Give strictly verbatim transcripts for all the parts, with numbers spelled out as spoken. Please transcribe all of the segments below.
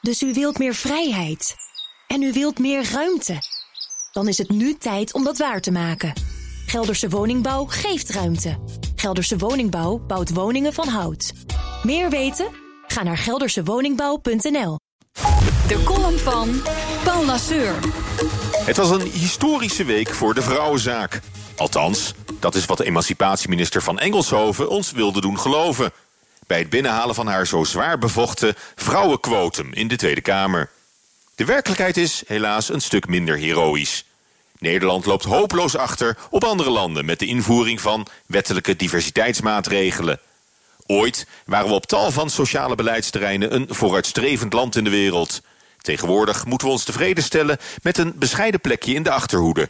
Dus u wilt meer vrijheid. En u wilt meer ruimte. Dan is het nu tijd om dat waar te maken. Gelderse Woningbouw geeft ruimte. Gelderse Woningbouw bouwt woningen van hout. Meer weten? Ga naar gelderse woningbouw punt n l. De column van Paul Lasseur. Het was een historische week voor de vrouwenzaak. Althans, dat is wat de emancipatieminister van Engelshoven ons wilde doen geloven. Bij het binnenhalen van haar zo zwaar bevochten vrouwenquotum in de Tweede Kamer. De werkelijkheid is helaas een stuk minder heroïsch. Nederland loopt hopeloos achter op andere landen met de invoering van wettelijke diversiteitsmaatregelen. Ooit waren we op tal van sociale beleidsterreinen een vooruitstrevend land in de wereld. Tegenwoordig moeten we ons tevreden stellen met een bescheiden plekje in de achterhoede.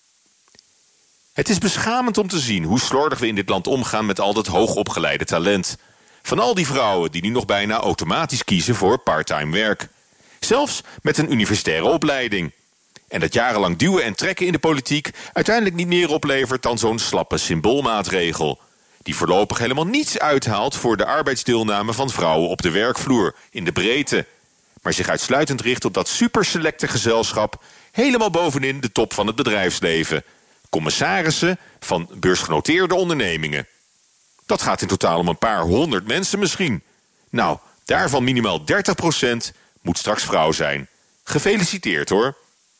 Het is beschamend om te zien hoe slordig we in dit land omgaan met al dat hoogopgeleide talent. Van al die vrouwen die nu nog bijna automatisch kiezen voor parttime werk. Zelfs met een universitaire opleiding. En dat jarenlang duwen en trekken in de politiek uiteindelijk niet meer oplevert dan zo'n slappe symboolmaatregel. Die voorlopig helemaal niets uithaalt voor de arbeidsdeelname van vrouwen op de werkvloer, in de breedte. Maar zich uitsluitend richt op dat superselecte gezelschap helemaal bovenin de top van het bedrijfsleven. Commissarissen van beursgenoteerde ondernemingen. Dat gaat in totaal om een paar honderd mensen misschien. Nou, daarvan minimaal dertig procent moet straks vrouw zijn. Gefeliciteerd hoor.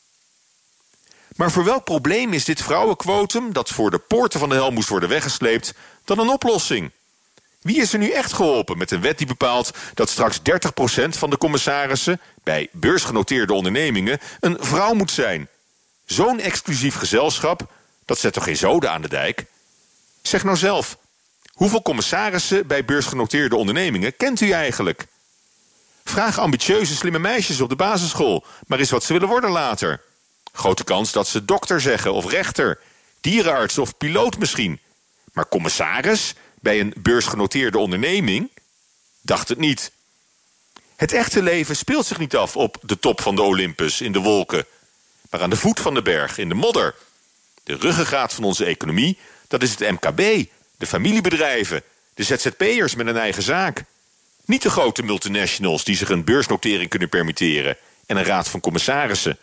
Maar voor welk probleem is dit vrouwenquotum, dat voor de poorten van de hel moest worden weggesleept, dan een oplossing? Wie is er nu echt geholpen met een wet die bepaalt dat straks dertig procent van de commissarissen bij beursgenoteerde ondernemingen een vrouw moet zijn? Zo'n exclusief gezelschap, dat zet toch geen zoden aan de dijk? Zeg nou zelf, hoeveel commissarissen bij beursgenoteerde ondernemingen kent u eigenlijk? Vraag ambitieuze, slimme meisjes op de basisschool maar eens wat ze willen worden later. Grote kans dat ze dokter zeggen of rechter, dierenarts of piloot misschien. Maar commissaris bij een beursgenoteerde onderneming? Dacht het niet. Het echte leven speelt zich niet af op de top van de Olympus in de wolken, maar aan de voet van de berg in de modder. De ruggengraat van onze economie, dat is het M K B, de familiebedrijven, de Z Z P'ers met een eigen zaak. Niet de grote multinationals die zich een beursnotering kunnen permitteren en een raad van commissarissen.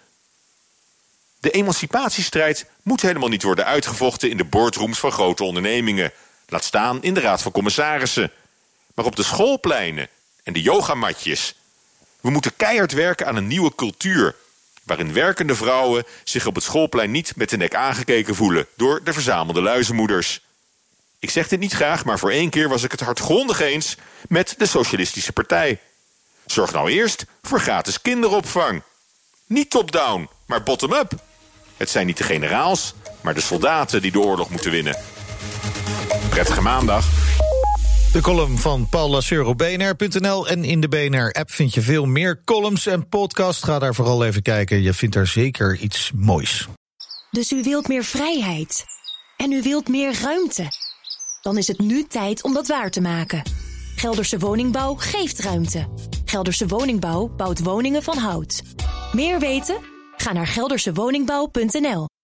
De emancipatiestrijd moet helemaal niet worden uitgevochten in de boardrooms van grote ondernemingen. Laat staan in de raad van commissarissen. Maar op de schoolpleinen en de yogamatjes. We moeten keihard werken aan een nieuwe cultuur, waarin werkende vrouwen zich op het schoolplein niet met de nek aangekeken voelen door de verzamelde luizenmoeders. Ik zeg dit niet graag, maar voor één keer was ik het hardgrondig eens met de Socialistische Partij. Zorg nou eerst voor gratis kinderopvang. Niet top-down, maar bottom-up. Het zijn niet de generaals, maar de soldaten die de oorlog moeten winnen. Prettige maandag. De column van Paul Lasseur op b n r punt n l. En in de B N R-app vind je veel meer columns en podcasts. Ga daar vooral even kijken. Je vindt er zeker iets moois. Dus u wilt meer vrijheid. En u wilt meer ruimte. Dan is het nu tijd om dat waar te maken. Gelderse Woningbouw geeft ruimte. Gelderse Woningbouw bouwt woningen van hout. Meer weten? Ga naar gelderse woningbouw punt n l.